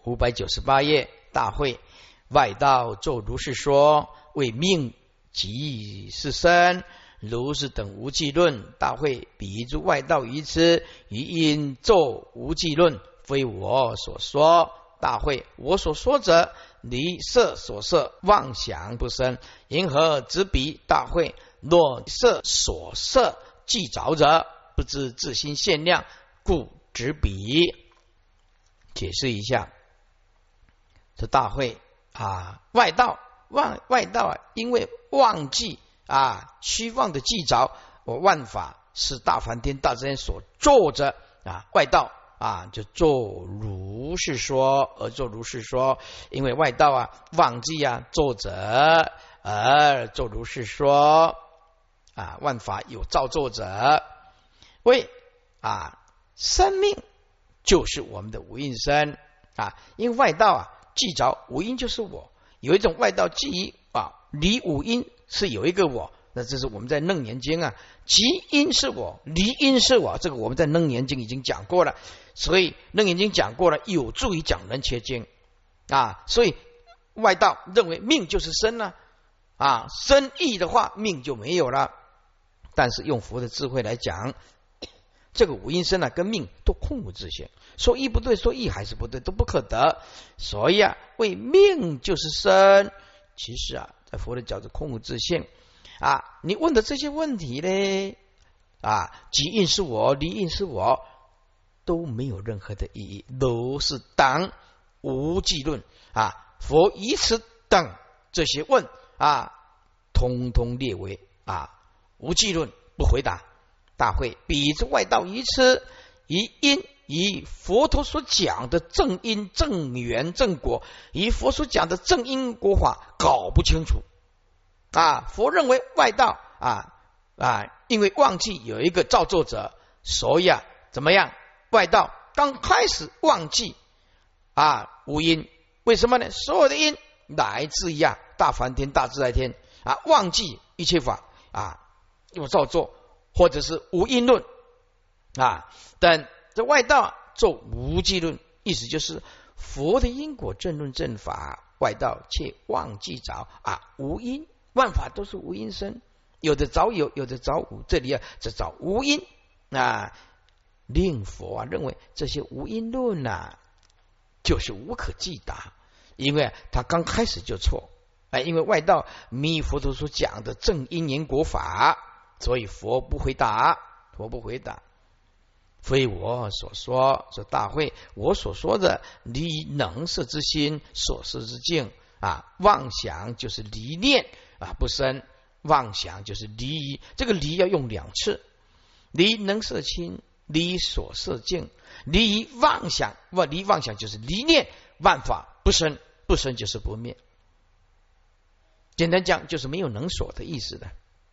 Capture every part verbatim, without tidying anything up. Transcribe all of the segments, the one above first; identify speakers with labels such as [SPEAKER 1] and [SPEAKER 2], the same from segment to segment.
[SPEAKER 1] 五百九十八页，大会外道作如是说，为命即是身，如是等无记论。大会比诸外道愚痴，于因作无记论，非我所说。大会我所说者，离色所摄，妄想不生，因何执彼？大会若色所摄既着者，不知自心限量，故执彼。解释一下，这大会啊，外道外外道啊，因为忘记啊虚妄的记着，我万法是大梵天大自然所作者啊，外道啊就作如是说，而作如是说，因为外道啊忘记啊作者而作如是说啊，万法有造作者，为啊生命就是我们的无因身啊，因为外道啊记着无因就是我，有一种外道记忆啊，离五因是有一个我，那这是我们在楞严经啊，即因是我，离因是我，这个我们在楞严经已经讲过了，所以楞严经讲过了，有助于讲人切经啊，所以外道认为命就是身呢 啊, 啊，身异的话命就没有了，但是用佛的智慧来讲，这个五阴身啊跟命都空无自性，说一不对，说一还是不对，都不可得。所以啊，为命就是身，其实啊，在佛的角度空无自性啊。你问的这些问题呢，啊，即因是我，离因是我，都没有任何的意义，都是当无记论啊。佛以此等这些问啊，通通列为啊无记论，不回答。大会彼之外道愚痴，以因以佛陀所讲的正因正缘正果，以佛所讲的正因果法搞不清楚啊！佛认为外道啊啊，因为忘记有一个造作者，所以啊怎么样？外道刚开始忘记啊无因，为什么呢？所有的因来自于啊大梵天大自在天啊，忘记一切法啊有造作。或者是无因论啊，等这外道做无记论，意思就是佛的因果正论正法，外道却忘记着啊无因，万法都是无因生，有的早有，有的早无，这里啊这找无因啊，令佛啊认为这些无因论啊就是无可记答，因为他刚开始就错啊，因为外道迷佛陀所讲的正因缘果法。所以佛不回答，佛不回答，非我所说。说大会我所说的离能摄之心所摄之境啊，妄想就是离念啊不生，妄想就是离，这个离要用两次，离能摄心，离所摄境，离妄想，不离妄想就是离念，万法不生，不生就是不灭。简单讲就是没有能所的意思的。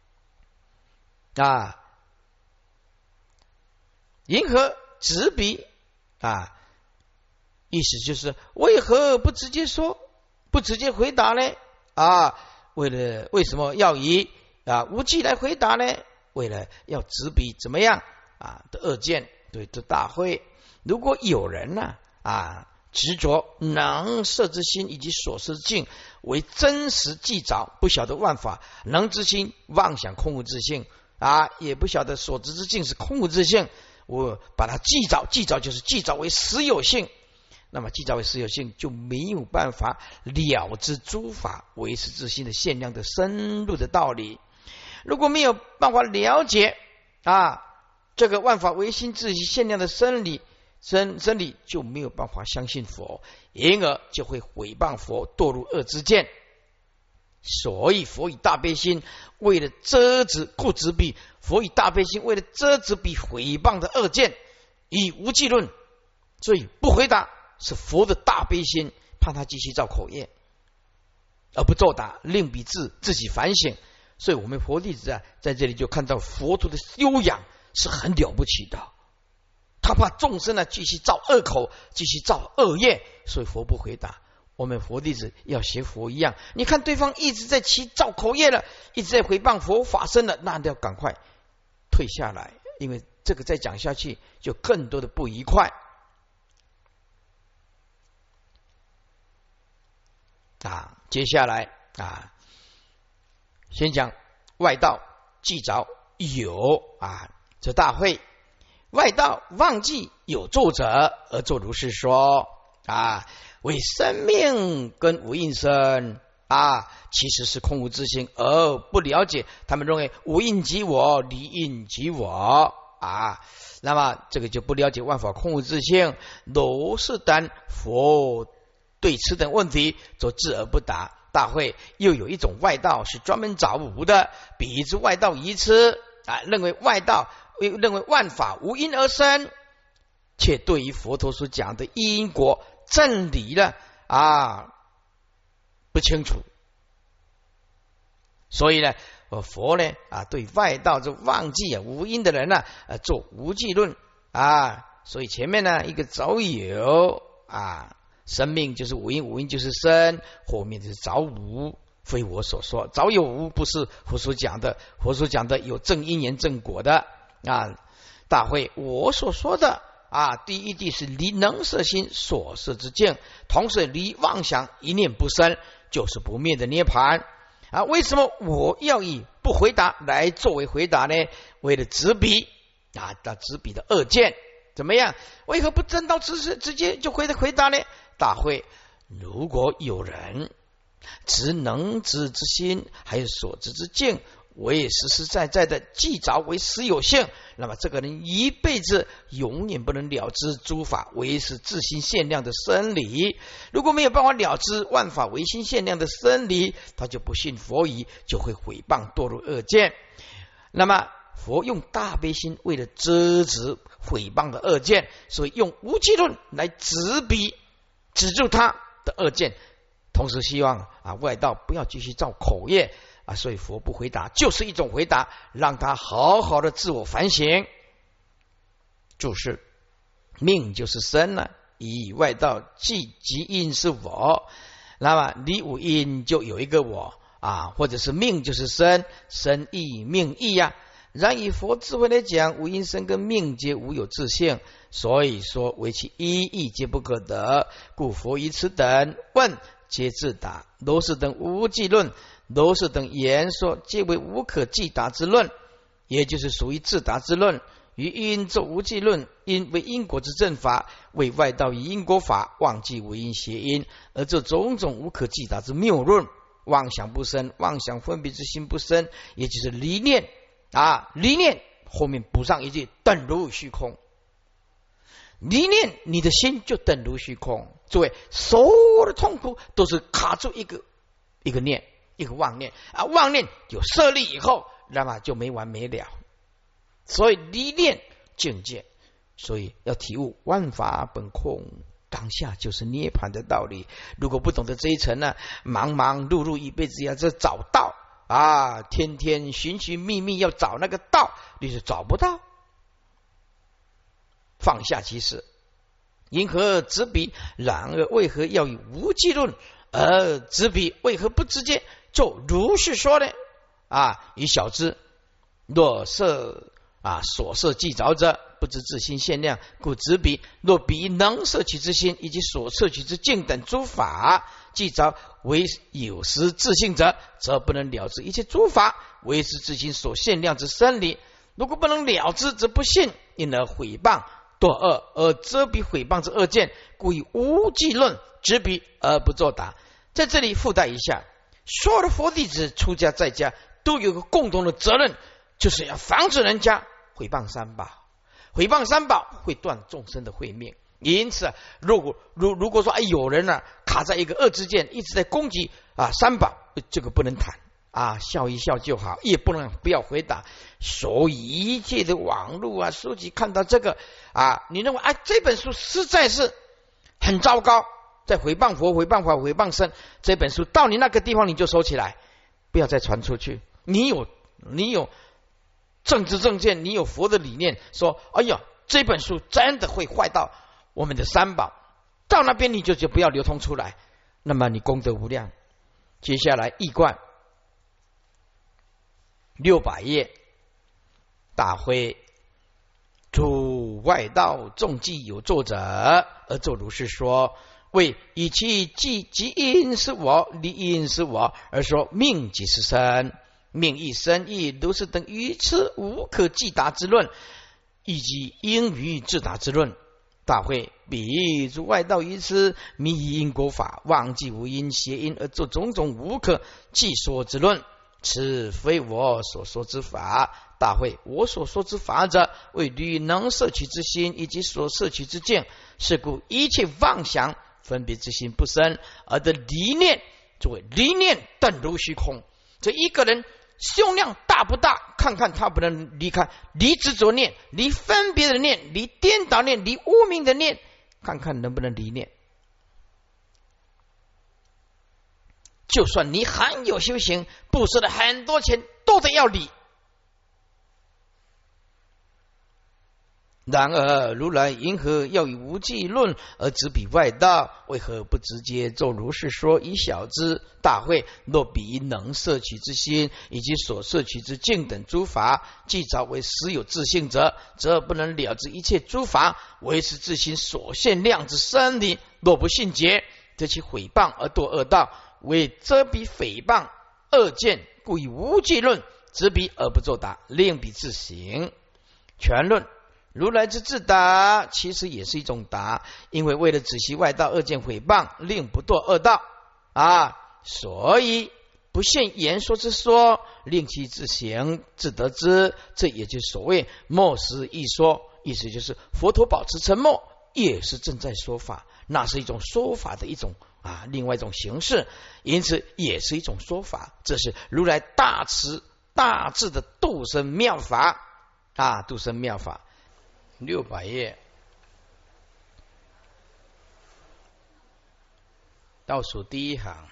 [SPEAKER 1] 啊，银河执彼啊，意思就是为何不直接说，不直接回答呢？啊，为了为什么要以啊无记来回答呢？为了要执彼怎么样啊的恶见，对这大会，如果有人呢 啊, 啊执着能摄之心以及所摄境为真实记着，不晓得万法能之心妄想空无自性。啊，也不晓得所知之境是空无自性，我把它记着，记着就是记着为实有性，那么记着为实有性，就没有办法了知诸法唯是自性的限量的深入的道理。如果没有办法了解啊这个万法唯心自性限量的真理真真理，就没有办法相信佛，因而就会毁谤佛，堕入恶之见。所以佛以大悲心为了遮止，故执彼。佛以大悲心为了遮止彼毁谤的恶见，以无记论，所以不回答是佛的大悲心，怕他继续造口业，而不作答，令彼自自己反省。所以我们佛弟子啊，在这里就看到佛陀的修养是很了不起的，他怕众生呢继续造恶口，继续造恶业，所以佛不回答。我们佛弟子要学佛一样，你看对方一直在起造口业了，一直在诽谤佛法身了，那要赶快退下来，因为这个再讲下去就更多的不愉快接下来啊，先讲外道记着有啊，这大会外道忘记有作者而作如是说啊，为生命跟无应身啊，其实是空无自性，而不了解。他们认为无应即我，离应即我啊，那么这个就不了解万法空无自性。如是等佛对此等问题则置而不答。大会又有一种外道是专门找无的，彼之外道愚痴啊，认为外道认为万法无因而生，且对于佛陀所讲的因果正理了啊不清楚。所以呢，佛呢啊对外道这忘记啊无因的人呢啊做无记论啊，所以前面呢一个早有啊。生命就是无因，无因就是生，后面就是早无，非我所说。早有无不是佛所讲的，佛所讲的有正因缘正果的啊。大会我所说的啊，第一地是离能摄心所摄之境，同时离妄想一念不生，就是不灭的涅盘啊。为什么我要以不回答来作为回答呢？为了执笔啊，到执笔的二见怎么样？为何不真到直直直接就回答回答呢？大会如果有人执能知之心，还有所知之境，为实实在在的记着为实有性，那么这个人一辈子永远不能了知诸法为是自心限量的生理。如果没有办法了知万法唯心限量的生理，他就不信佛语，就会毁谤堕入恶见。那么佛用大悲心为了遮止毁谤的恶见，所以用无记论来执笔止住他的恶见，同时希望啊外道不要继续造口业啊，所以佛不回答就是一种回答，让他好好的自我反省。注释：命就是生了，以外道即即因是我，那么离无因就有一个我啊，或者是命就是生，生亦命亦呀。然以佛智慧来讲，无因生跟命皆无有自性，所以说为其一义皆不可得，故佛以此等问皆自答。如是等无记论，如是等言说，皆为无可记答之论，也就是属于自答之论。于因作无记论，因为因果之正法，为外道以因果法忘记无因邪因，而这种种无可记答之谬论。妄想不生，妄想分别之心不生，也就是离念啊，离念后面补上一句等如虚空，离念你的心就等如虚空。诸位，所有的痛苦都是卡住一个一个念，一个妄念啊，妄念有设立以后，那么就没完没了。所以离念境界，所以要体悟万法本空，当下就是涅槃的道理。如果不懂得这一层呢，忙忙碌碌一辈子要这找道啊，天天寻寻觅觅要找那个道，你是找不到。放下其实，因何执笔？然而为何要以无记论而执笔？为何不直接就如是说呢？啊，以小之，若摄啊所摄记着者，不知自心限量，故执笔。若彼能摄取之心以及所摄取之境等诸法记着为有实自性者，则不能了知一切诸法为是自心所限量之生理。如果不能了知，则不信，因而毁谤堕恶，而遮彼毁谤之恶见，故以无记论执彼而不作答。在这里附带一下，所有的佛弟子出家在家都有个共同的责任，就是要防止人家毁谤三宝。毁谤三宝会断众生的慧命，因此如果如如果说哎有人呢、啊、卡在一个恶之见，一直在攻击啊三宝，这个不能谈啊，笑一笑就好，也不能不要回答。所以一切的网络啊书籍看到这个啊，你认为啊这本书实在是很糟糕，在毁谤佛、毁谤法、毁谤僧，这本书到你那个地方你就收起来，不要再传出去。你有你有政治正见，你有佛的理念，说哎呀这本书真的会坏到我们的三宝，到那边你就就不要流通出来，那么你功德无量。接下来易观六百页，大会诸外道众记有作者而作如是说， 为以其即即因是我，离因是我，而说命即是身，命亦身亦如是等愚痴无可计达之论，以及应于自达之论。大会比喻诸外道愚痴，迷因果法，忘记无因，邪因而作种种无可计说之论，此非我所说之法。大会我所说之法者，为虑能摄取之心以及所摄取之境，是故一切妄想分别之心不生，而得离念，作为离念等如虚空。这一个人胸量大不大？看看他不能离开，离执着念，离分别的念，离颠倒念，离污名的念，看看能不能离念。就算你很有修行，布施了很多钱，都得要理。然而如来因何要以无记论而直彼外道？为何不直接奏如是说以晓之？大会若彼能摄取之心以及所摄取之境等诸法，既早为实有自性者，则不能了知一切诸法为是自心所限量之生理。若不信解，则其毁谤而堕恶道，为遮彼诽谤恶见，故以无记论直彼而不作答，令彼自行。全论如来之自答，其实也是一种答，因为为了止息外道恶见毁谤，令不堕恶道啊，所以不现言说之说，令其自行自得之。这也就是所谓默识一说，意思就是佛陀保持沉默，也是正在说法，那是一种说法的一种啊，另外一种形式，因此也是一种说法。这是如来大慈大智的度生妙法啊，度生妙法。六百页倒数第一行，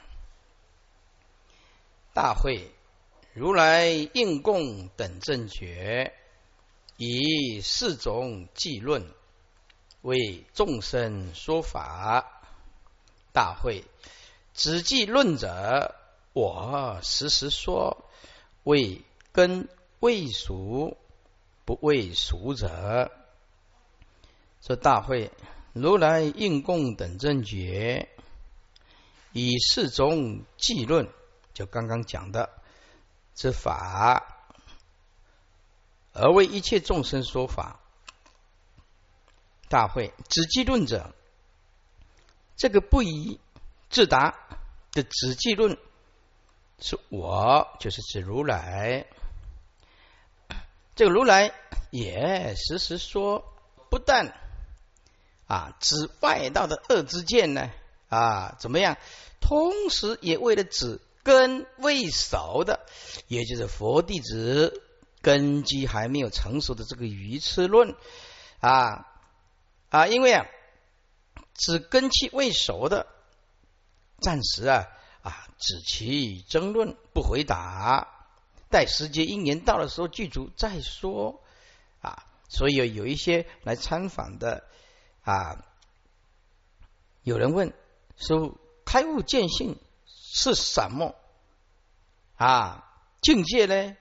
[SPEAKER 1] 大会如来应供等正觉，以四种记论为众生说法。大会只记论者，我实实说，为根未熟，不为熟者。这大会如来应供等正觉，以四种记论，就刚刚讲的之法，而为一切众生说法。大会只记论者，这个不以自答的只记论，是我，就是指如来。这个如来也实实说，不但啊，指外道的恶之见呢，啊，怎么样？同时也为了指根未熟的，也就是佛弟子根基还没有成熟的这个愚痴论啊啊，因为啊，指根基未熟的，暂时啊啊，止其争论，不回答，待时节因缘到的时候具足再说啊。所以有有一些来参访的。啊，有人问说开悟见性是什么啊？境界呢？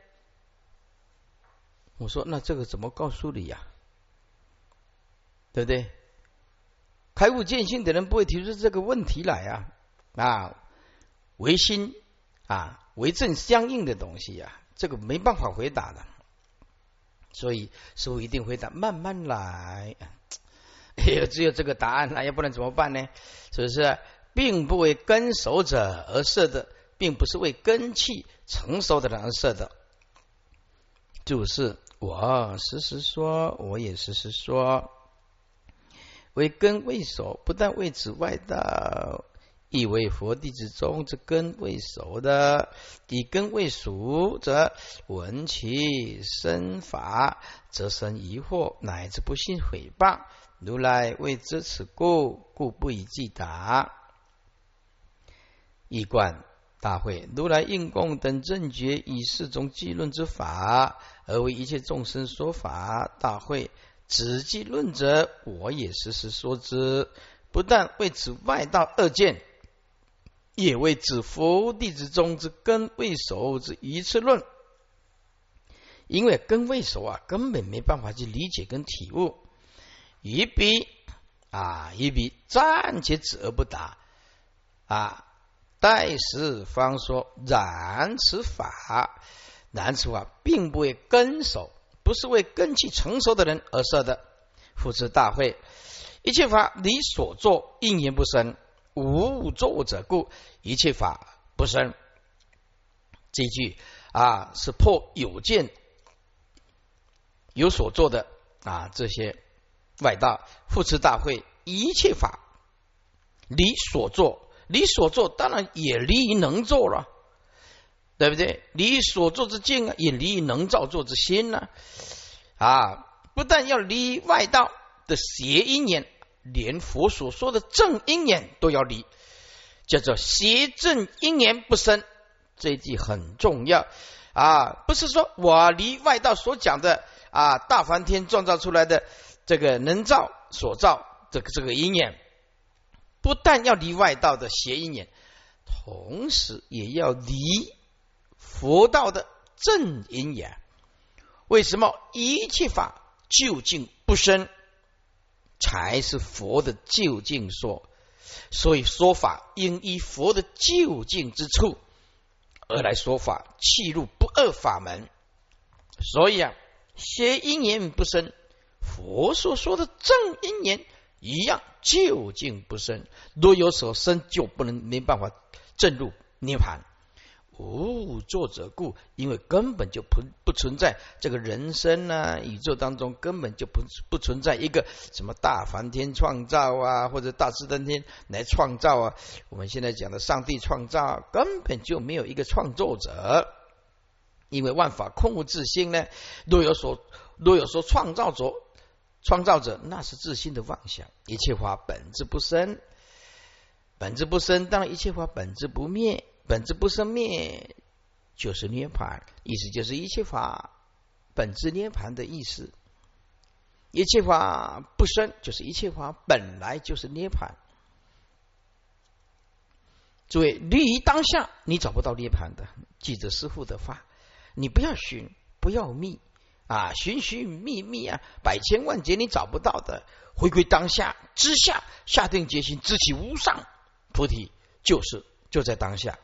[SPEAKER 1] 我说那这个怎么告诉你呀、啊？对不对？开悟见性的人不会提出这个问题来啊啊，唯心啊为正相应的东西呀、啊，这个没办法回答的。所以师父一定回答，慢慢来。只有这个答案，那也不能怎么办呢？是不是？并不为根熟者而设的，并不是为根气成熟的人而设的。就是我实实说，我也实实说，为根未熟，不但为指外道，亦为佛弟子中之根未熟的。以根未熟者，闻其身法，则生疑惑，乃至不信毁谤。如来为知此故，故不以记答。一观大会，如来应供等正觉，以四种记论之法，而为一切众生说法。大会只记论者，我也实实说之，不但为指外道恶见，也为指佛弟子中之根未熟之愚痴论。因为根未熟啊，根本没办法去理解跟体悟。于彼啊，一笔暂且止而不答啊，待时方说。然此法，然此法并不为根熟，不是为根气成熟的人而设的。复次大会，一切法离所作因缘不生，无作者故，一切法不生。这句啊是破有见有所作的啊这些外道。复次大会，一切法离所作，离所作当然也离于能作了，对不对？离所作之境啊，也离于能造作之心呢、啊。啊，不但要离外道的邪因缘，连佛所说的正因缘都要离，叫做邪正因缘不生。这一句很重要啊，不是说我离外道所讲的啊大梵天创造出来的这个能造所造这个这个因缘，不但要离外道的邪因缘，同时也要离佛道的正因缘。为什么一切法究竟不生，才是佛的究竟说？所以说法应依佛的究竟之处而来说法，契入不二法门。所以啊，邪因缘不生，佛所说的正因缘一样究竟不生。若有所生，就不能没办法证入涅槃。无作者故，因为根本就不不存在这个人生啊，宇宙当中根本就不不存在一个什么大梵天创造啊，或者大智登天来创造啊。我们现在讲的上帝创造，根本就没有一个创作者，因为万法空无自性呢。若有所若有所创造者，创造者那是自性的妄想。一切法本质不生，本质不生，当然一切法本质不灭。本质不生灭就是涅槃，意思就是一切法本质涅槃的意思。一切法不生，就是一切法本来就是涅槃。诸位，离于当下，你找不到涅槃的。记着师父的话，你不要寻，不要觅啊，寻寻觅觅啊，百千万劫你找不到的。回归当下之下，下定决心，知其无上菩提，就是就在当下。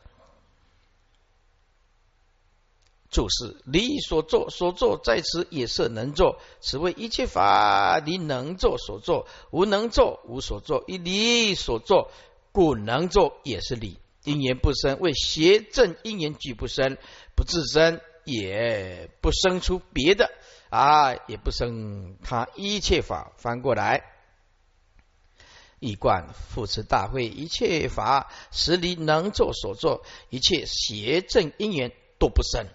[SPEAKER 1] 注释：离所作，所作在此也是能作，此谓一切法离能作所作，无能作无所作，一离所作，故能作也是理。因缘不生，为邪正因缘俱不生，不自生，也不生出别的啊，也不生他一切法。翻过来，一贯复持大会，一切法实离能作所作，一切邪正因缘都不生。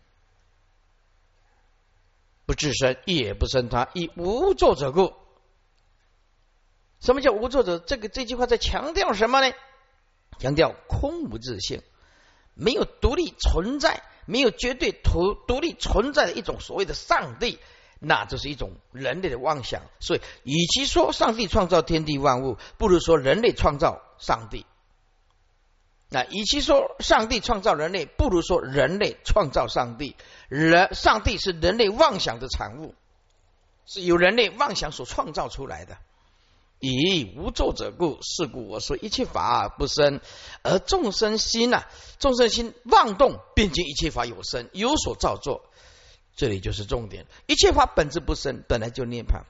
[SPEAKER 1] 不自生，也不生他，以无作者故。什么叫无作者？这个这句话在强调什么呢？强调空无自性，没有独立存在，没有绝对独独立存在的一种所谓的上帝，那就是一种人类的妄想。所以，与其说上帝创造天地万物，不如说人类创造上帝。那与其说上帝创造人类，不如说人类创造上帝。人上帝是人类妄想的产物，是由人类妄想所创造出来的。以无作者故，是故我说一切法不生，而众生心啊，众生心妄动，便见一切法有生，有所造作。这里就是重点，一切法本质不生，本来就涅槃，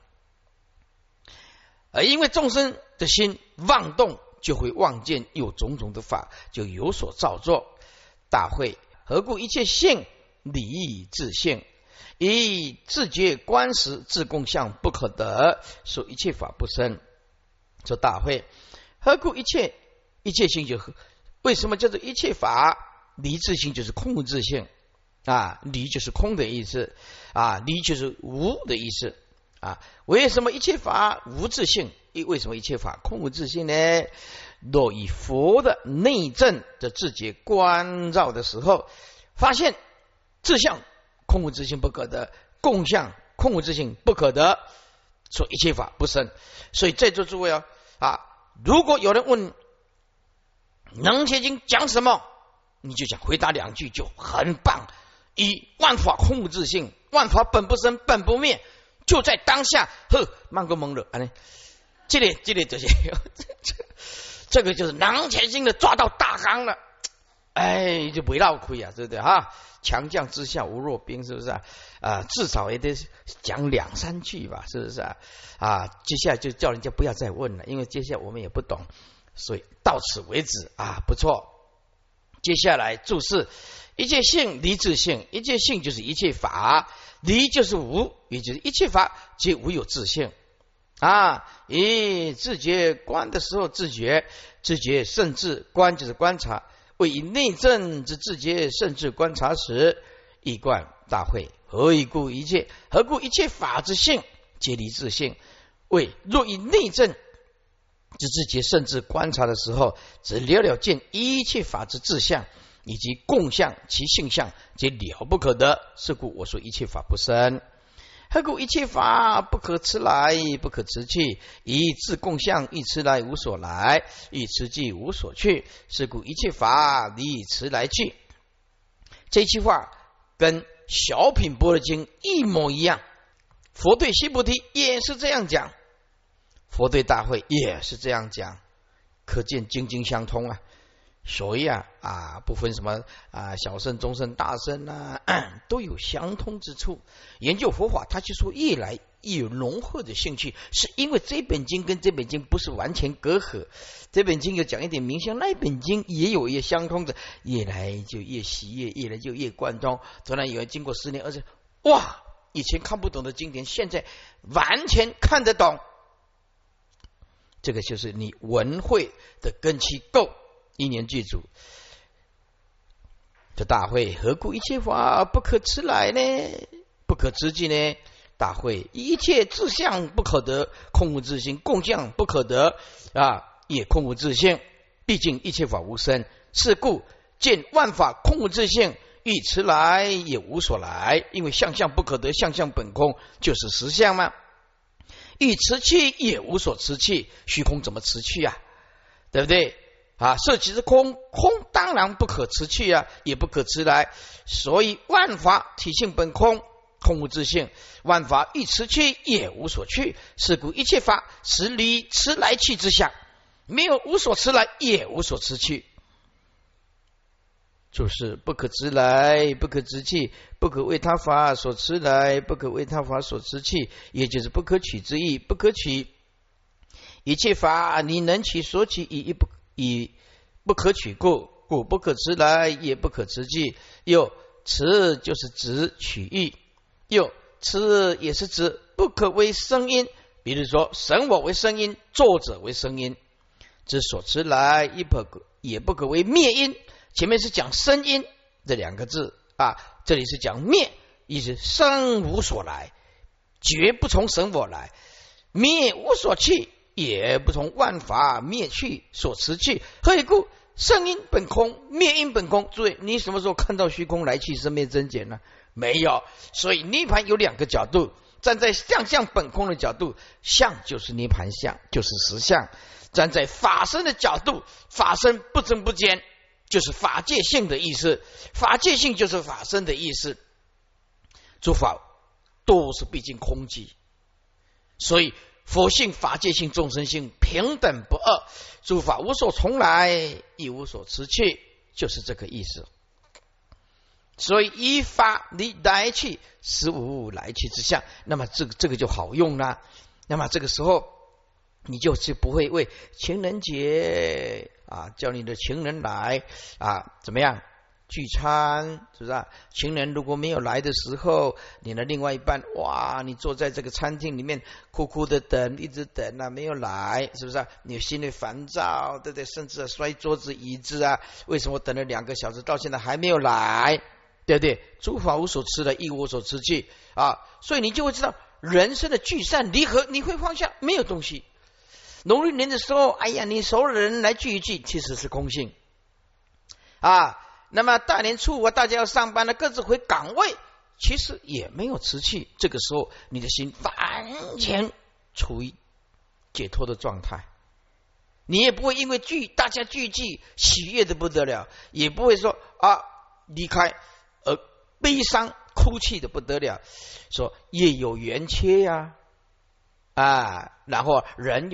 [SPEAKER 1] 而因为众生的心妄动，就会妄见有种种的法，就有所造作。大会，何故一切性理自性，以自觉观时，自共相不可得，说一切法不生。说大会，何故一切一切性就为什么叫做一切法离自性？就是空无自性啊，离就是空的意思啊，离就是无的意思啊。为什么一切法无自性？为什么一切法空无自性呢？若以佛的内证的自觉观照的时候，发现自相空无自性不可得，共相空无自性不可得，说一切法不生。所以在座诸位啊，啊，如果有人问能结经讲什么，你就讲回答两句就很棒。以万法空无自性，万法本不生，本不灭，就在当下。呵，慢个懵了， 这里这里这些，这个就是囊前心的抓到大纲了，哎，就不绕亏啊，对不对哈？强将之下无弱兵，是不是啊？啊，至少也得讲两三句吧，是不是啊？啊，接下来就叫人家不要再问了，因为接下来我们也不懂，所以到此为止啊，不错。接下来注释：一切性离自性，一切性就是一切法，离就是无，也就是一切法皆无有自性啊。以自觉观的时候，自觉自觉甚至观就是观察。为以内证之自觉甚至观察时，一贯大会。何以故？一切何故？一切法之性皆离自性。为若以内证之自觉甚至观察的时候，则了了见一切法之自相以及共相，其性相皆了不可得。是故我说一切法不生。何故？一切法不可持来，不可持去。以自共相，一持来无所来，一持去无所去。是故一切法离持来去。这句话跟小品般若经一模一样。佛对须菩提也是这样讲，佛对大会也是这样讲，可见经经相通啊。所以啊啊，不分什么啊小圣、中圣、大圣啊，都有相通之处。研究佛法，他就说越来越有浓厚的兴趣，是因为这本经跟这本经不是完全隔阂，这本经有讲一点名相，那本经也有一些相通的，越来就越喜悦，越来就越贯通。突然有人经过十年二十，哇，以前看不懂的经典，现在完全看得懂。这个就是你文慧的根基够。一年具足，这大会何故一切法不可持来呢？不可持去呢？大会一切自相不可得，空无自性；共相不可得啊，也空无自性。毕竟一切法无生，是故见万法空无自性，欲持来也无所来。因为相相不可得，相相本空，就是实相嘛。欲持去也无所持去，虚空怎么持去啊？对不对？啊，色即是空，空当然不可持去啊，也不可持来。所以万法体性本空，空无自性，万法欲持去也无所去。是故一切法实离持来去之相，没有无所持来，也无所持去，就是不可持来，不可持去，不可为他法所持来，不可为他法所持去，也就是不可取之意。不可取一切法，你能取所取以一不以不可取故，故不可持来，也不可持去。又持就是指取义，又持也是指不可为声音。比如说神我为声音，作者为声音，之所持来，也不可也不可为灭音。前面是讲声音这两个字啊，这里是讲灭，意思生无所来，绝不从神我来；灭无所去，也不从万法灭去所持去。何以故？声音本空，灭音本空。注意，你什么时候看到虚空来去生灭增减呢？没有。所以涅盘有两个角度，站在相相本空的角度，相就是涅盘相，就是实相；站在法身的角度，法身不增不减，就是法界性的意思。法界性就是法身的意思。诸法都是毕竟空寂，所以佛性、法界性、众生性平等不二，诸法无所从来，亦无所持去，就是这个意思。所以依法离来去，实无来去之相。那么这个这个就好用了。那么这个时候，你就是不会为情人节啊，叫你的情人来啊，怎么样？聚餐是不是啊？情人如果没有来的时候，你的另外一半，哇，你坐在这个餐厅里面哭哭的等，一直等啊，没有来，是不是啊？你心里烦躁，对不对？甚至摔桌子椅子啊，为什么等了两个小时到现在还没有来？对不对？诸法无所持来，亦无所持去啊，所以你就会知道人生的聚散离合，你会放下没有东西。农历年的时候，哎呀，你所有的人来聚一聚，其实是空性啊。那么大年初五大家要上班了，各自回岗位，其实也没有持续。这个时候你的心完全处于解脱的状态，你也不会因为聚大家聚集喜悦的不得了，也不会说啊离开而悲伤哭泣的不得了，说业有缘切呀 啊, 啊，然后人有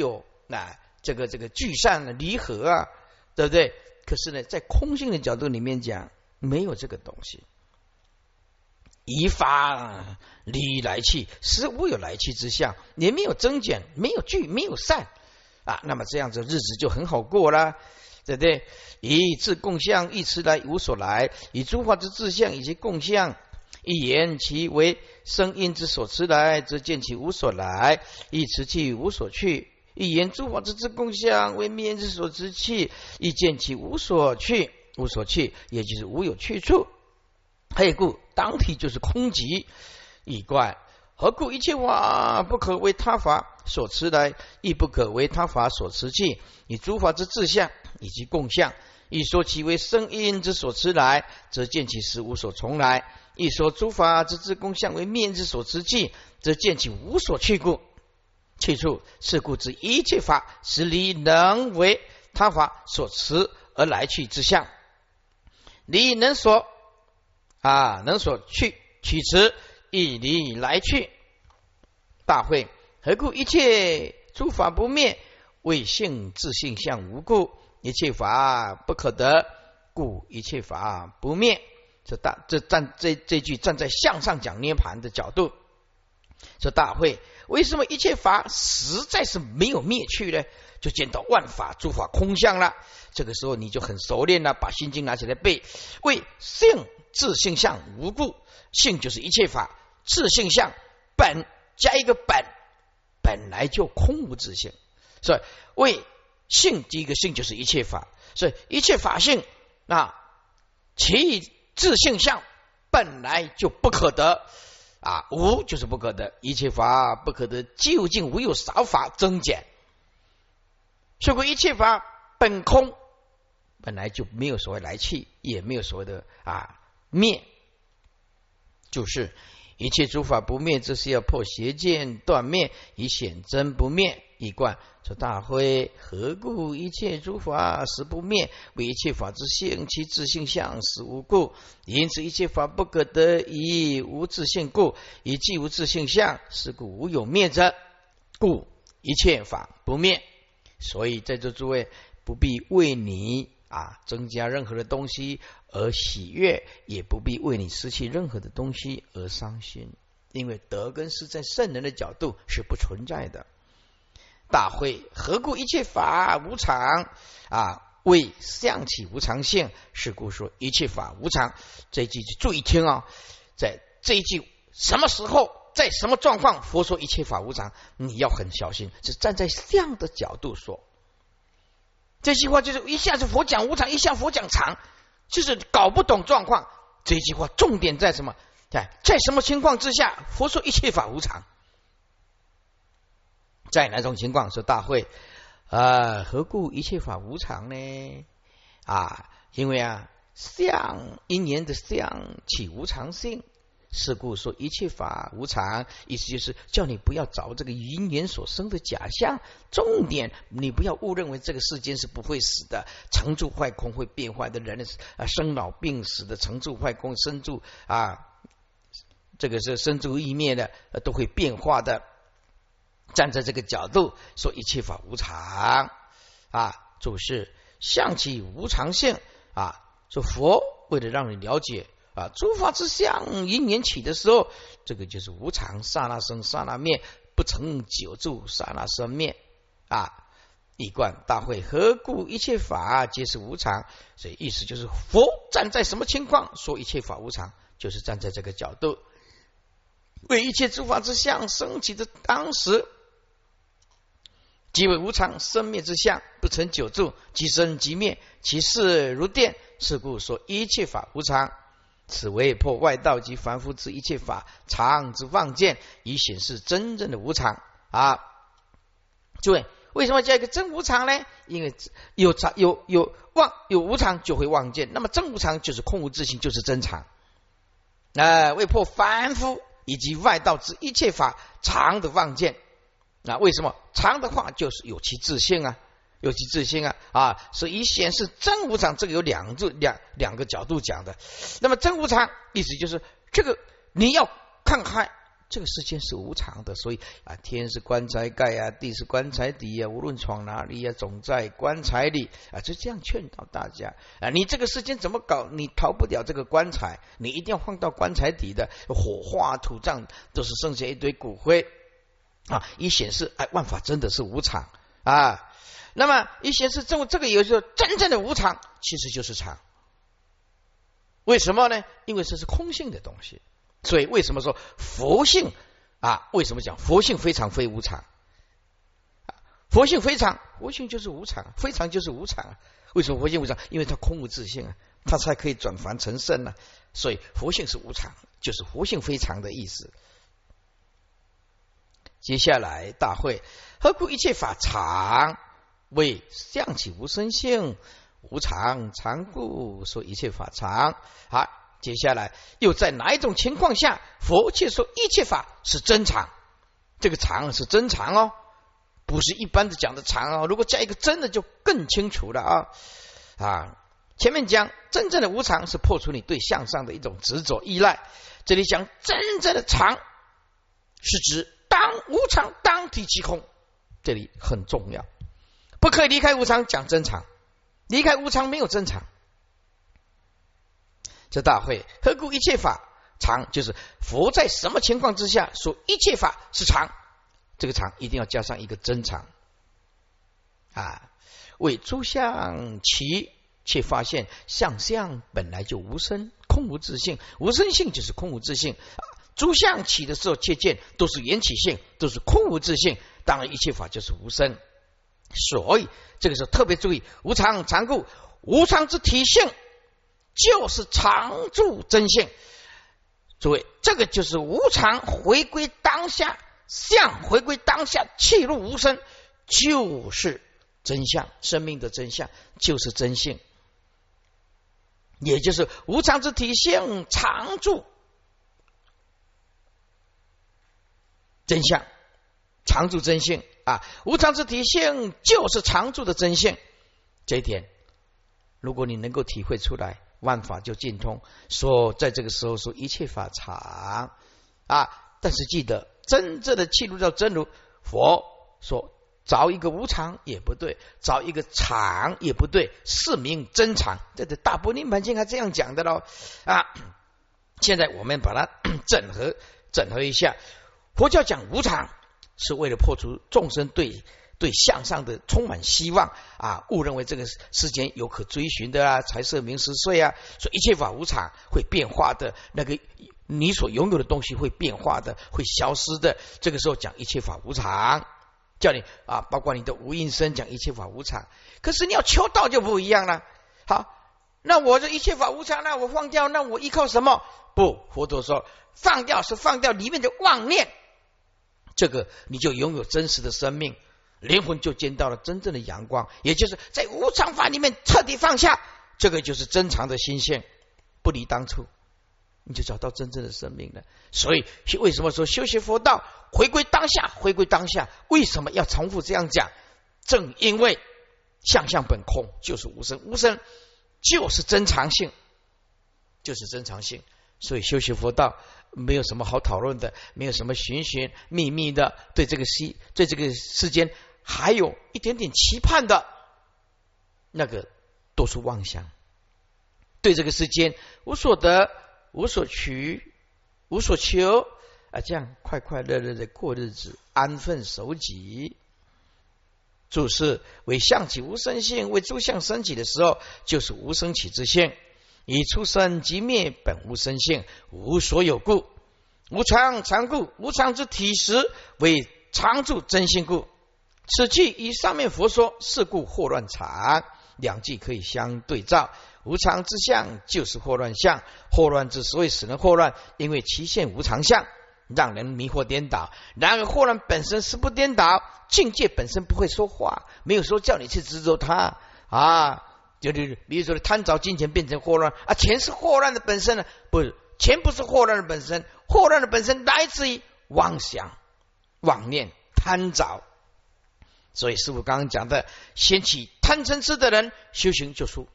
[SPEAKER 1] 啊，这个这个聚散离合啊，对不对？可是呢，在空性的角度里面讲，没有这个东西。以法离来去，实无有来去之相，也没有增减，没有聚，没有散啊。那么这样子日子就很好过了，对不对？以自共相，一持来无所来，以诸法之自相以及共相，一言其为生因之所持来，则见其无所来；一持其无所去。一言诸法之自共相为灭之所持去，亦见其无所去。无所去，也就是无有去处。黑故当体就是空寂。以观何故一切法不可为他法所持来，亦不可为他法所持去？以诸法之自相以及共相，一说其为生因之所持来，则见其实无所从来；一说诸法之自共相为灭之所持去，则见其无所去故。去处是故知一切法实离能为他法所持而来去之相，离能所啊能所去取持，亦离来去。大会何故一切诸法不灭？为性自性相无故，一切法不可得，故一切法不灭。这大这站这这句站在向上讲涅盘的角度。这大会为什么一切法实在是没有灭去呢？就见到万法诸法空相了。这个时候你就很熟练了，把心经拿起来背。为性自性相无故，性就是一切法，自性相本加一个本，本来就空无自性。所以为性第一个性就是一切法，所以一切法性啊，其自性相本来就不可得啊，无就是不可得，一切法不可得，究竟无有少法增减。所以一切法本空，本来就没有所谓来去，也没有所谓的啊灭，就是一切诸法不灭，这是要破邪见断灭，以显真不灭。一观说大会何故一切诸法实不灭？为一切法之性，其自性相实无故，因此一切法不可得，以无自性故，以既无自性相，是故无有灭者，故一切法不灭。所以在座诸位不必为你啊增加任何的东西而喜悦，也不必为你失去任何的东西而伤心，因为得跟失在圣人的角度是不存在的。大会何故一切法无常啊？为相起无常性，是故说一切法无常。这一句注意听啊，在这一句什么时候在什么状况佛说一切法无常，你要很小心，是站在相的角度说。这句话就是一下子佛讲无常，一下佛讲常，就是搞不懂状况。这句话重点在什么？在在什么情况之下佛说一切法无常？在哪种情况说大会啊？何故一切法无常呢？啊，因为啊相因缘的相起无常性，是故说一切法无常，意思就是叫你不要找这个因缘所生的假象。重点你不要误认为这个世间是不会死的，成住坏空会变坏的，人啊生老病死的，成住坏空，生住啊这个是生住异灭的，都会变化的。站在这个角度说一切法无常啊，就是相起无常性啊。说佛为了让你了解啊，诸法之相因缘起的时候，这个就是无常，刹那生刹那灭，不成久住，刹那生灭啊。一观大会何故一切法皆是无常？所以意思就是佛站在什么情况说一切法无常，就是站在这个角度，为一切诸法之相升起的当时，即为无常，生灭之相，不成久住，即生即灭，其事如电。是故说一切法无常，此为破外道及凡夫之一切法常之妄见，以显示真正的无常啊。诸位，为什么叫一个真无常呢？因为有常有有妄有无常就会妄见，那么真无常就是空无自性，就是真常。呃，为破凡夫以及外道之一切法常的妄见。那为什么常的话就是有其自性啊，有其自性啊啊，所以显示真无常。这个有两个两两个角度讲的。那么真无常意思就是这个你要看开这个世间是无常的，所以啊，天是棺材盖啊，地是棺材底啊，无论闯哪里啊，总在棺材里啊，就这样劝导大家啊。你这个世间怎么搞，你逃不了这个棺材，你一定要放到棺材底的，火化土葬都是剩下一堆骨灰啊，以显示哎，万法真的是无常啊。那么以显示这这个有时候真正的无常，其实就是常。为什么呢？因为这是空性的东西。所以为什么说佛性啊？为什么讲佛性非常非无常？佛性非常，佛性就是无常，非常就是无常。为什么佛性无常？因为它空无自性啊，它才可以转凡成圣啊。所以佛性是无常，就是佛性非常的意思。接下来大会，何故一切法常？为相起无生性，无常常故，说一切法常。好。接下来又在哪一种情况下佛却说一切法是真常？这个常是真常哦，不是一般的讲的常哦。如果加一个真的就更清楚了啊啊！前面讲真正的无常是破除你对向上的一种执着依赖，这里讲真正的常是指当无常当体即空，这里很重要，不可以离开无常讲真常，离开无常没有真常。这大会何故一切法常？就是佛在什么情况之下说一切法是常？这个常一定要加上一个真常啊！为诸相起，却发现相相本来就无生，空无自性，无生性就是空无自性。诸相起的时候，切见都是缘起性，都是空无自性，当然一切法就是无生。所以这个时候特别注意无常常故，无常之体性就是常住真性。诸位，这个就是无常回归当下，相回归当下，契入无生，就是真相，生命的真相就是真性，也就是无常之体性常住真相，常住真性啊！无常之体性就是常住的真性，这一点如果你能够体会出来，万法就尽通。说在这个时候说一切法常啊，但是记得真正的契入到真如，佛说找一个无常也不对，找一个常也不对，是名真常。这个大般涅盘经还这样讲的喽啊！现在我们把它整合整合一下，佛教讲无常是为了破除众生对对向上的充满希望啊，误认为这个世间有可追寻的啊，财色名食睡啊，说一切法无常，会变化的，那个你所拥有的东西会变化的，会消失的。这个时候讲一切法无常，叫你啊，包括你的无应身，讲一切法无常。可是你要求道就不一样了。好，那我这一切法无常，那我放掉，那我依靠什么？不，佛陀说放掉是放掉里面的妄念，这个你就拥有真实的生命。灵魂就见到了真正的阳光，也就是在无常法里面彻底放下，这个就是真常的心性，不离当初，你就找到真正的生命了。所以为什么说修习佛道回归当下，回归当下？为什么要重复这样讲？正因为相相本空，就是无生，无生就是真常性，就是真常性。所以修习佛道没有什么好讨论的，没有什么寻寻觅觅的，对这个世对这个世间还有一点点期盼的，那个都是妄想。对这个世间无所得、无所取、无所求啊，这样快快乐乐的过日子，安分守己。注释为相起无生性，为诸相生起的时候，就是无生起之性。以出生即灭，本无生性，无所有故。无常常故，无常之体实为常住真性故。此句与上面佛说是故惑乱常，两句可以相对照。无常之相就是惑乱相，惑乱之所以使人惑乱，因为其现无常相，让人迷惑颠倒。然而惑乱本身是不颠倒，境界本身不会说话，没有说叫你去执着它啊。就是比如说贪着金钱变成惑乱啊，钱是惑乱的本身呢？不是，钱不是惑乱的本身，惑乱的本身来自于妄想、妄念、贪着。所以师父刚刚讲的，掀起贪嗔痴的人修行就输，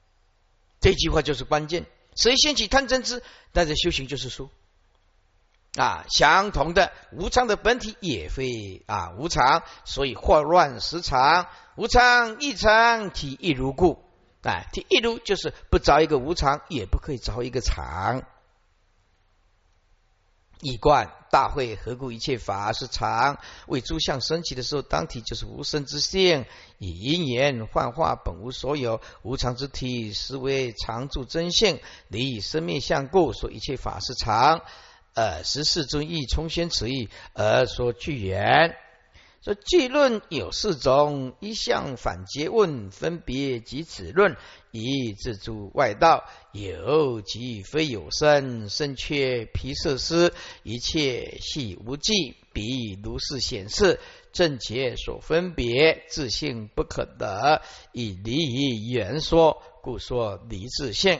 [SPEAKER 1] 这句话就是关键。谁掀起贪嗔痴，但是修行就是输。 啊，相同的无常的本体也非啊无常，所以惑乱时常，无常异常，体亦如故。啊，体亦如就是不找一个无常，也不可以找一个常。一观大会何故一切法是常？为诸相生起的时候，当体就是无生之性，以因缘幻化本无所有，无常之体实为常住真性，离生灭相故，说一切法是常。呃，十四尊义重宣此意而说句言。说句论有四种：一向反诘问，分别即此论，以自诸外道，有即非有生，生却皮色思，一切系无记，彼如是显示，正解所分别，自性不可得，以离于言说，故说离自性。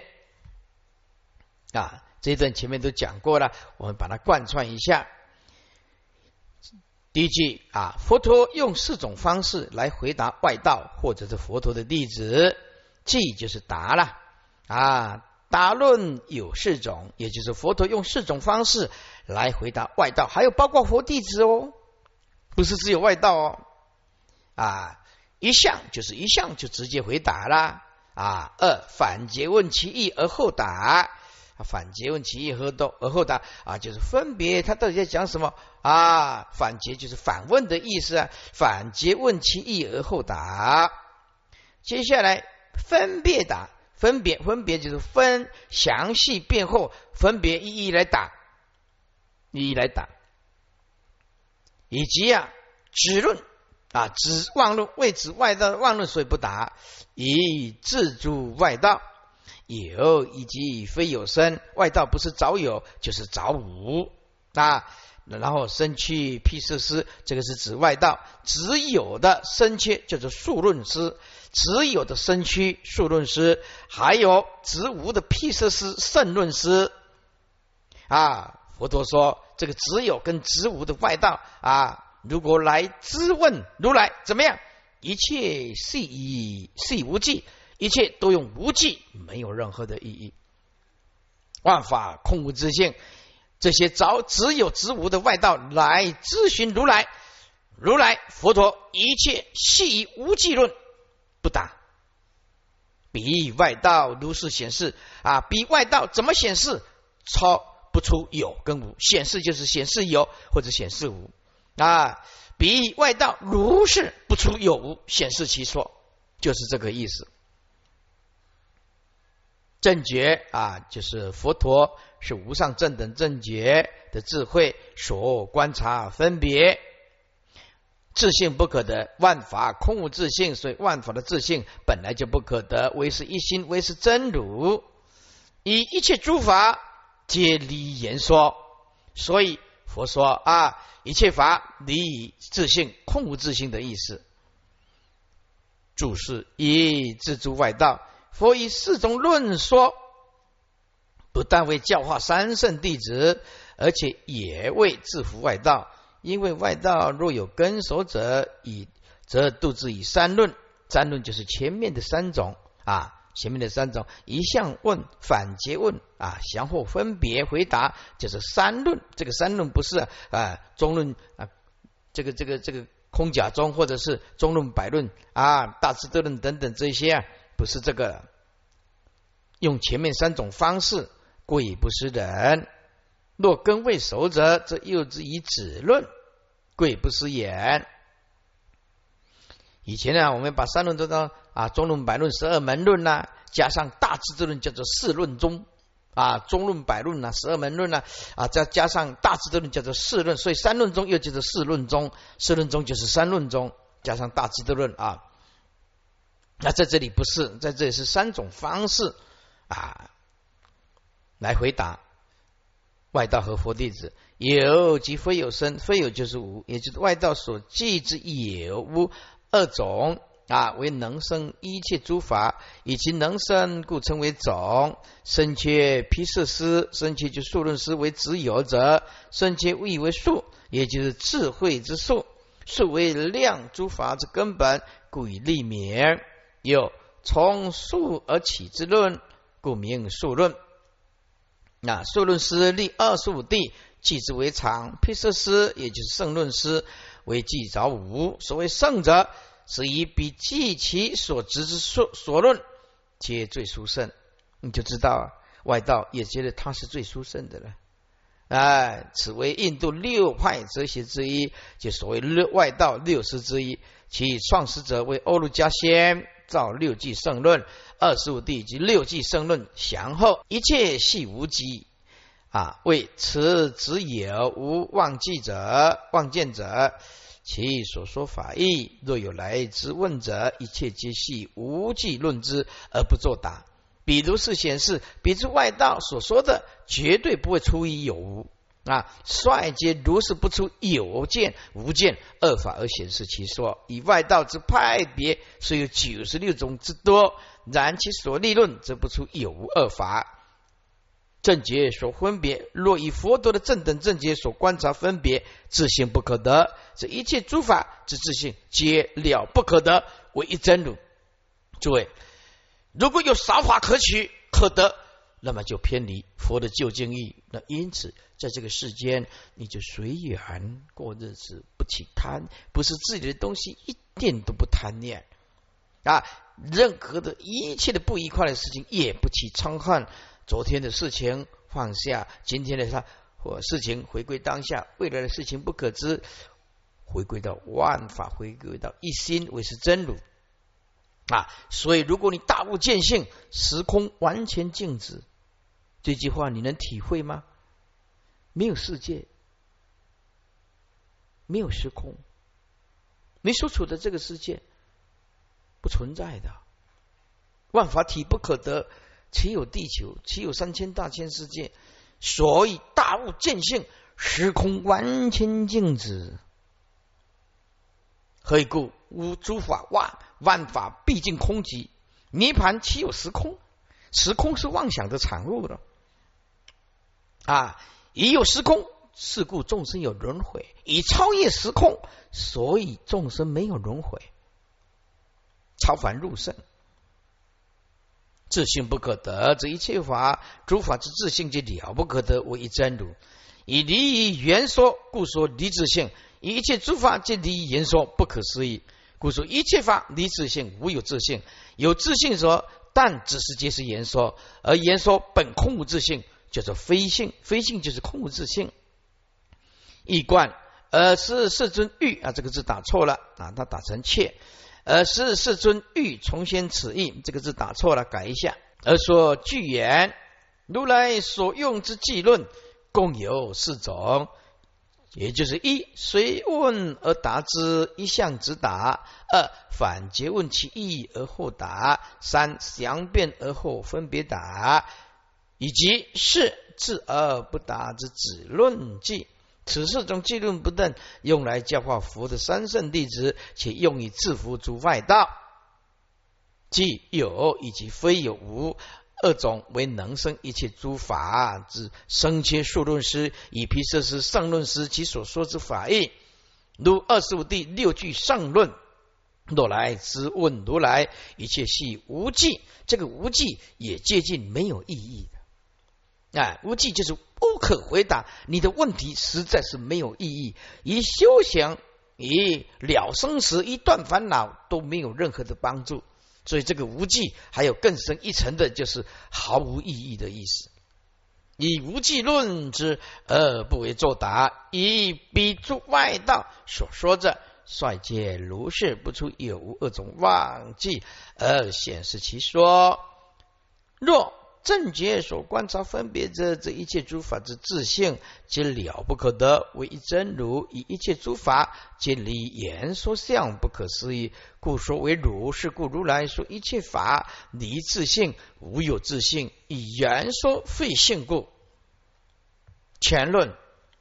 [SPEAKER 1] 啊，这一段前面都讲过了，我们把它贯穿一下。第一句啊，佛陀用四种方式来回答外道或者是佛陀的弟子，记就是答了啊，答论有四种，也就是佛陀用四种方式来回答外道，还有包括佛弟子哦，不是只有外道哦。啊，一项就是一项就直接回答啦啊，二反诘问其意而后答。反诘问其意而后而后答啊，就是分别他到底在讲什么啊？反诘就是反问的意思啊，反诘问其意而后答。接下来分别答，分别分别就是分详细辩后，分别一一来答，一一来答，以及啊指论啊指妄论，为指外道妄论，所以不答，以自诸外道。有以及非有生，外道不是找有就是找无啊，然后生去辟色师，这个是指外道。只有的生缺叫做数论师，只有的生区数论师，还有只无的辟色师胜论师啊。佛陀说这个只有跟只无的外道啊，如果来质问如来怎么样，一切系以系无记，一切都用无记，没有任何的意义。万法空无自性，这些找只有只无的外道来咨询如来，如来佛陀一切系以无记论，不答。彼外道如是显示啊，彼外道怎么显示？超不出有跟无，显示就是显示有或者显示无啊。彼外道如是不出有无，显示其说，就是这个意思。正觉啊，就是佛陀是无上正等正觉的智慧所观察分别，自性不可得，万法空无自性，所以万法的自性本来就不可得，唯是一心，唯是真如，以一切诸法皆离言说，所以佛说啊，一切法离自性，空无自性的意思。注释：以自诸外道，佛以四种论说，不但为教化三圣弟子，而且也为制服外道。因为外道若有根守者，以则度之以三论。三论就是前面的三种啊，前面的三种一向问、反诘问啊，详后分别回答，就是三论。这个三论不是啊中论啊，这个这个这个空假中，或者是中论、百论啊、大智度论等等这些啊。不是这个，用前面三种方式，贵不是人。若根未熟者，则诱之以指论，贵不是言。以前呢，我们把三论都当啊中论、百论、十二门论呐、啊，加上大智度论叫做四论中啊，中论、百论呐、啊、十二门论呐 啊, 啊，再加上大智度论叫做四论，所以三论中又叫做四论中，四论中就是三论中，加上大智度论啊。那在这里不是，在这里是三种方式啊，来回答外道和佛弟子。有即非有生，非有就是无，也就是外道所记之有无二种啊，为能生一切诸法，以其能生故称为种。生缺毗舍师，生缺就数论师为只有者，生缺谓为数，也就是智慧之数，数为量诸法之根本，故以立名。有从数而起之论，故名数论。那数论师立二十五谛， 记之为常。辟色师也就是圣论师为记着无。所谓圣者，是以比记其所执之所所论，皆最殊胜。你就知道啊，外道也觉得他是最殊胜的了。哎，此为印度六派哲学之一，就所谓六外道六师之一。其创始者为欧陆家先，造六纪圣论，二十五帝及六纪圣论详后，一切系无极啊，为此只有无忘记者、忘见者，其所说法义，若有来之问者，一切皆系无记论之，而不作答。比如是显示，比之外道所说的，绝对不会出于有无啊，率皆如是不出有见无见二法而显示其说。以外道之派别，虽有九十六种之多，然其所立论，则不出有无二法。正觉所分别，若以佛陀的正等正觉所观察分别，自性不可得，这一切诸法之自性，皆了不可得，为一真如。诸位，如果有少法可取可得，那么就偏离佛的究竟义。那因此在这个世间，你就随缘过日子，不起贪，不是自己的东西一点都不贪念啊，任何的一切的不愉快的事情也不起嗔恨。昨天的事情放下，今天的他或事情回归当下，未来的事情不可知，回归到万法，回归到一心为是真如啊。所以如果你大悟见性，时空完全静止，这句话你能体会吗？没有世界，没有时空，你所处的这个世界不存在的，万法体不可得，岂有地球，岂有三千大千世界。所以大悟见性，时空完全静止。何以故？无诸法万万法毕竟空寂，涅盘岂有时空？时空是妄想的产物了啊！已有时空，是故众生有轮回；已超越时空，所以众生没有轮回，超凡入圣。自性不可得，这一切法诸法之自性皆了不可得，为一真如。以离于言说，故说离自性；一切诸法皆离于言说，不可思议，故说一切法离自性，无有自性。有自性说，但只是皆是言说，而言说本空无自性，叫做非性。非性就是空无自性。一观，而是世尊欲啊，这个字打错了啊，他打成切。而是世尊欲重先此意，这个字打错了，改一下。而说具言，如来所用之记论共有四种，也就是一随问而答之，一向直答；二反诘问其意而后答；三详辩而后分别答；以及四自而不答之子论记。此四种记论不但用来教化佛的三圣弟子，且用以制服诸外道，即有以及非有无二种，为能生一切诸法之生切数论师，以毗舍师、上论师其所说之法义，如二十五地六句上论。若来之问如来，一切系无记，这个无记也接近没有意义的。哎，无记就是不可回答，你的问题实在是没有意义。以修行，以了生死，以断烦恼都没有任何的帮助。所以这个无记还有更深一层的，就是毫无意义的意思。以无记论之而不为作答，以彼诸外道所说者，率皆如是，不出有无二种妄记而显示其说。若正觉所观察分别者，这一切诸法之自性，皆了不可得，为一真如。以一切诸法皆离言说相，不可思议，故说为如。是故如来说一切法离自性，无有自性，以言说废性故。前论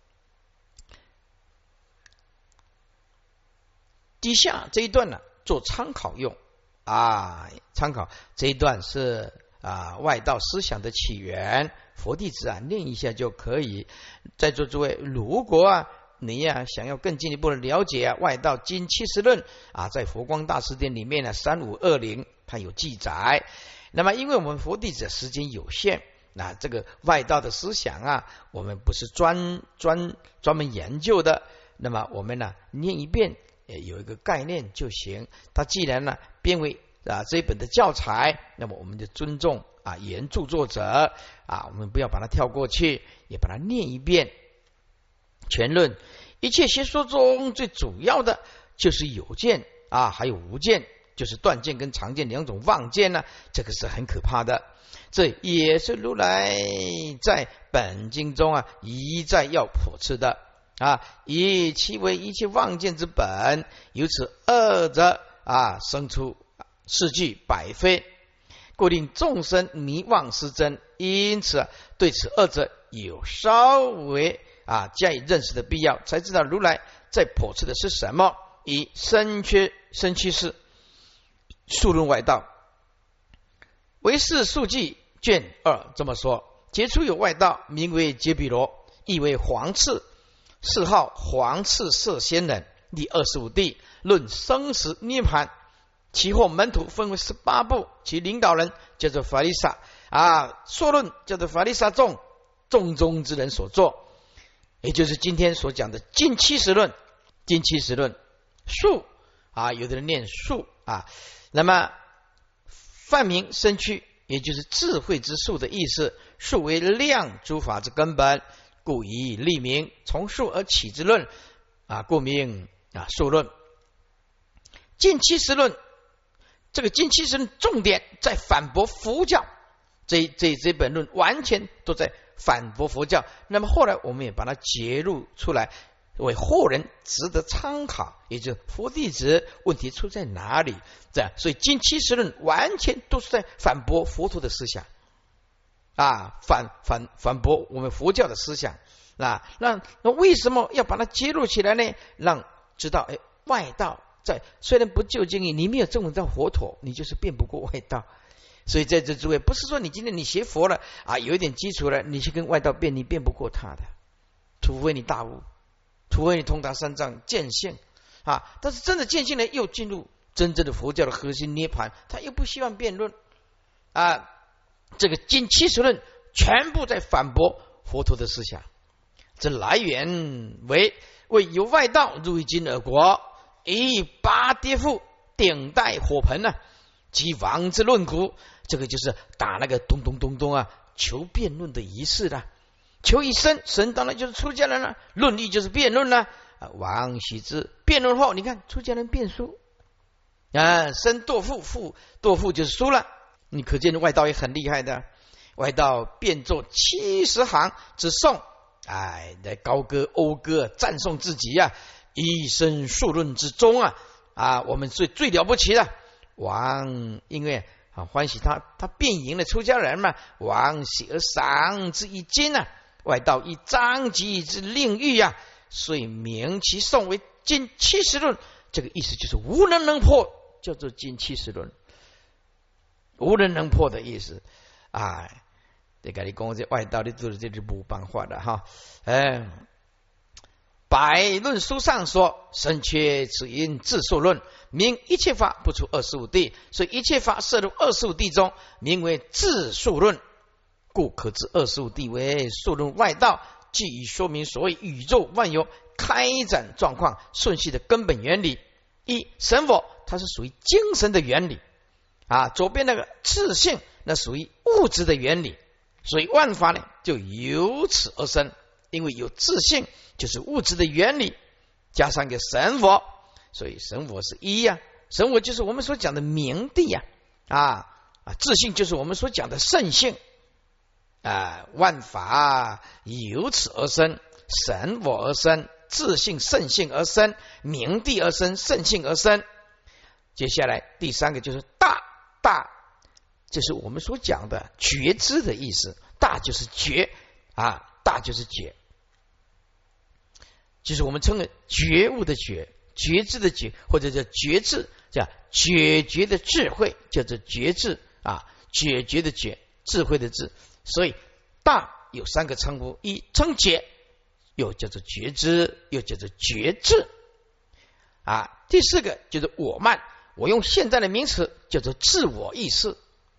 [SPEAKER 1] 底下这一段呢，做参考用啊，参考这一段是啊，外道思想的起源，佛弟子啊念一下就可以。在座诸位，如果啊你呀、啊、想要更进一步的了解啊外道经七十论啊，在佛光大师典里面呢三五二零它有记载。那么因为我们佛弟子时间有限那这个外道的思想啊，我们不是专专专门研究的，那么我们呢念一遍，有一个概念就行。它既然呢编为啊这一本的教材，那么我们就尊重啊原著作者啊，我们不要把它跳过去，也把它念一遍。全论一切学说中最主要的就是有见啊，还有无见，就是断见跟常见两种妄见呢、啊，这个是很可怕的。这也是如来在本经中啊一再要驳斥的啊，以其为一切妄见之本，由此二者啊生出世句百非，故令众生迷妄失真。因此、啊、对此二者有稍微啊加以认识的必要，才知道如来在驳斥的是什么。以身缺身趋势数论外道唯识数记卷二这么说：杰出有外道，名为揭毗罗，意为黄次，谥号黄次摄仙人，第二十五地，论生死涅盘。其后门徒分为十八部，其领导人叫做法利萨啊，说论叫做法利萨众，众中之人所作，也就是今天所讲的近七十论。近七十论数啊，有的人念数啊，那么泛名身躯，也就是智慧之数的意思。数为量诸法之根本，故以立名。从数而起之论啊，故名啊数论。近七十论，这个近七十论重点在反驳佛教，这这这本论完全都在反驳佛教。那么后来我们也把它揭露出来，为后人值得参考，也就是佛弟子问题出在哪里？这样，所以近七十论完全都是在反驳佛陀的思想啊，反反反驳我们佛教的思想啊。那那为什么要把它揭露起来呢？让知道，哎，外道在虽然不究竟义，你没有证闻到佛陀，你就是辩不过外道。所以在这诸位，不是说你今天你学佛了啊，有一点基础了，你去跟外道辩，你辩不过他的，除非你大悟。除非你通达三藏见性啊，但是真的见性呢，又进入真正的佛教的核心涅槃，他又不希望辩论啊。这个近七十论全部在反驳佛陀的思想，这来源为为由外道入金而国，以拔跌覆顶戴火盆呢、啊，及王之论鼓，这个就是打那个咚咚咚咚啊，求辩论的仪式啦。求一生，神当然就是出家人了，论义就是辩论了。王羲之辩论后，你看出家人辩书啊，生堕父，父堕父就是输了。你可见外道也很厉害的，外道变作七十行之颂，哎，来高歌讴歌，赞颂自己啊，一生数论之中啊啊，我们最最了不起的王，因为啊欢喜他他辩赢了出家人嘛，王喜而赏之以金啊。外道以张籍之令欲啊，所以名其颂为近七十论。这个意思就是无人能破，叫做近七十论，无人能破的意思啊。这个你讲这外道，你做的这是没办法的哈。哎，百论书上说，身缺此因自受论，名一切法不出二十五地，所以一切法摄入二十五地中，名为自受论。故可知二十五地为数论外道，即以说明所谓宇宙万有开展状况顺序的根本原理。一神佛，它是属于精神的原理啊，左边那个自性，那属于物质的原理。所以万法呢，就由此而生，因为有自性，就是物质的原理，加上一个神佛，所以神佛是一呀、啊，神佛就是我们所讲的明谛呀、啊，啊啊，自性就是我们所讲的圣性。啊，万法由此而生，神我而生，自性圣性而生，明谛而生，圣性而生。接下来第三个就是大，大就是我们所讲的觉知的意思，大就是觉啊，大就是觉，就是我们称为觉悟的觉，觉知的觉，或者叫觉智，叫解决的智慧，叫做觉智啊，解决的觉，智慧的智。所以大有三个称呼，一称觉，又叫做觉知，又叫做觉智啊。第四个就是我慢，我用现在的名词叫做自我意识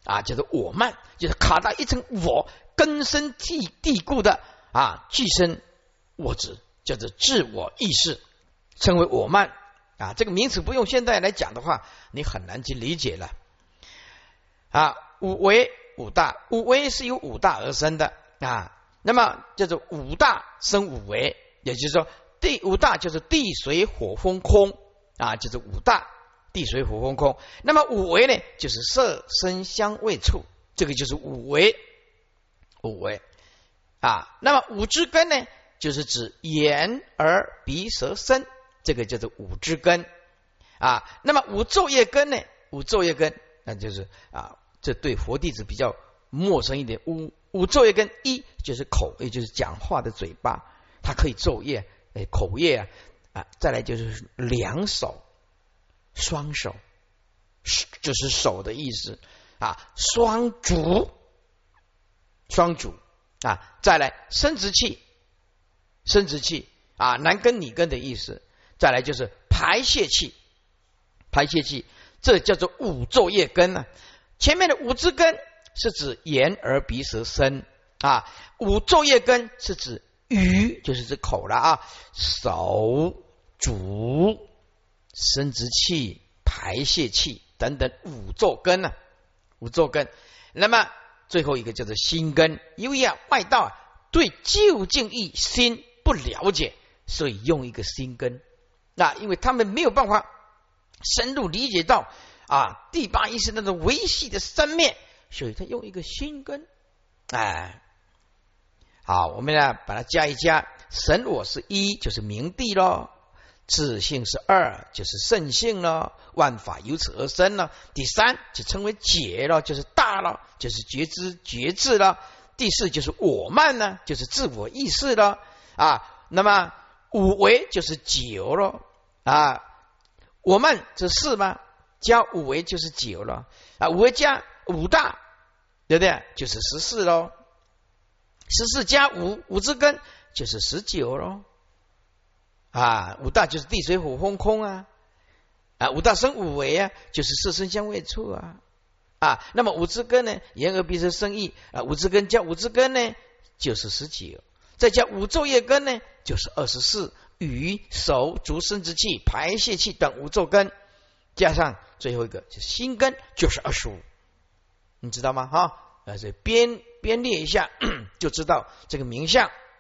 [SPEAKER 1] 啊，叫做我慢，就是卡到一层我根深蒂蒂固的啊，具身我执，叫做自我意识，称为我慢啊。这个名词不用现在来讲的话，你很难去理解了啊。五为五大，五为是由五大而生的啊。那么叫做五大生五为，也就是说第五大就是地水火风空啊，就是五大地水火风空。那么五为呢，就是色声香味触，这个就是五为。五为啊，那么五之根呢，就是指眼耳鼻舌身，这个叫做五之根啊。那么五昼夜根呢，五昼夜根那就是啊，这对佛弟子比较陌生一点。五五昼夜根，一就是口，也就是讲话的嘴巴，它可以昼夜，哎，口业啊啊。再来就是两手，双手，就是手的意思啊，双足，双足啊。再来生殖器，生殖器啊，男根女根的意思。再来就是排泄器，排泄器，这叫做五昼夜根啊。前面的五之根是指眼耳鼻舌身啊，五昼夜根是指语，就是指口了啊，手足生殖器排泄器等等五昼根啊，五昼根。那么最后一个叫做心根，由于啊外道啊对究竟义心不了解，所以用一个心根。那因为他们没有办法深入理解到啊第八意识那种维系的三面，所以他用一个心根。哎，好，我们呢把它加一加，神我是一，就是明谛咯；自性是二，就是圣性咯；万法由此而生了。第三就称为解了，就是大了，就是觉知觉智了。第四就是我慢呢，就是自我意识了啊。那么五为就是九了啊，我慢这四嘛，加五为就是九了啊，五为加五大，对不对？就是十四咯。十四加五，五之根就是十九咯啊。五大就是地水火风空啊啊，五大生五为啊，就是色声香味触啊啊。那么五之根呢，眼耳鼻舌身意啊，五之根加五之根呢就是十九，再加五昼夜根呢就是二十四，语手足生殖器排泄器等五昼根，加上最后一个就是心根，就是二十五，你知道吗？哈，啊，所以编编列一下就知道这个名相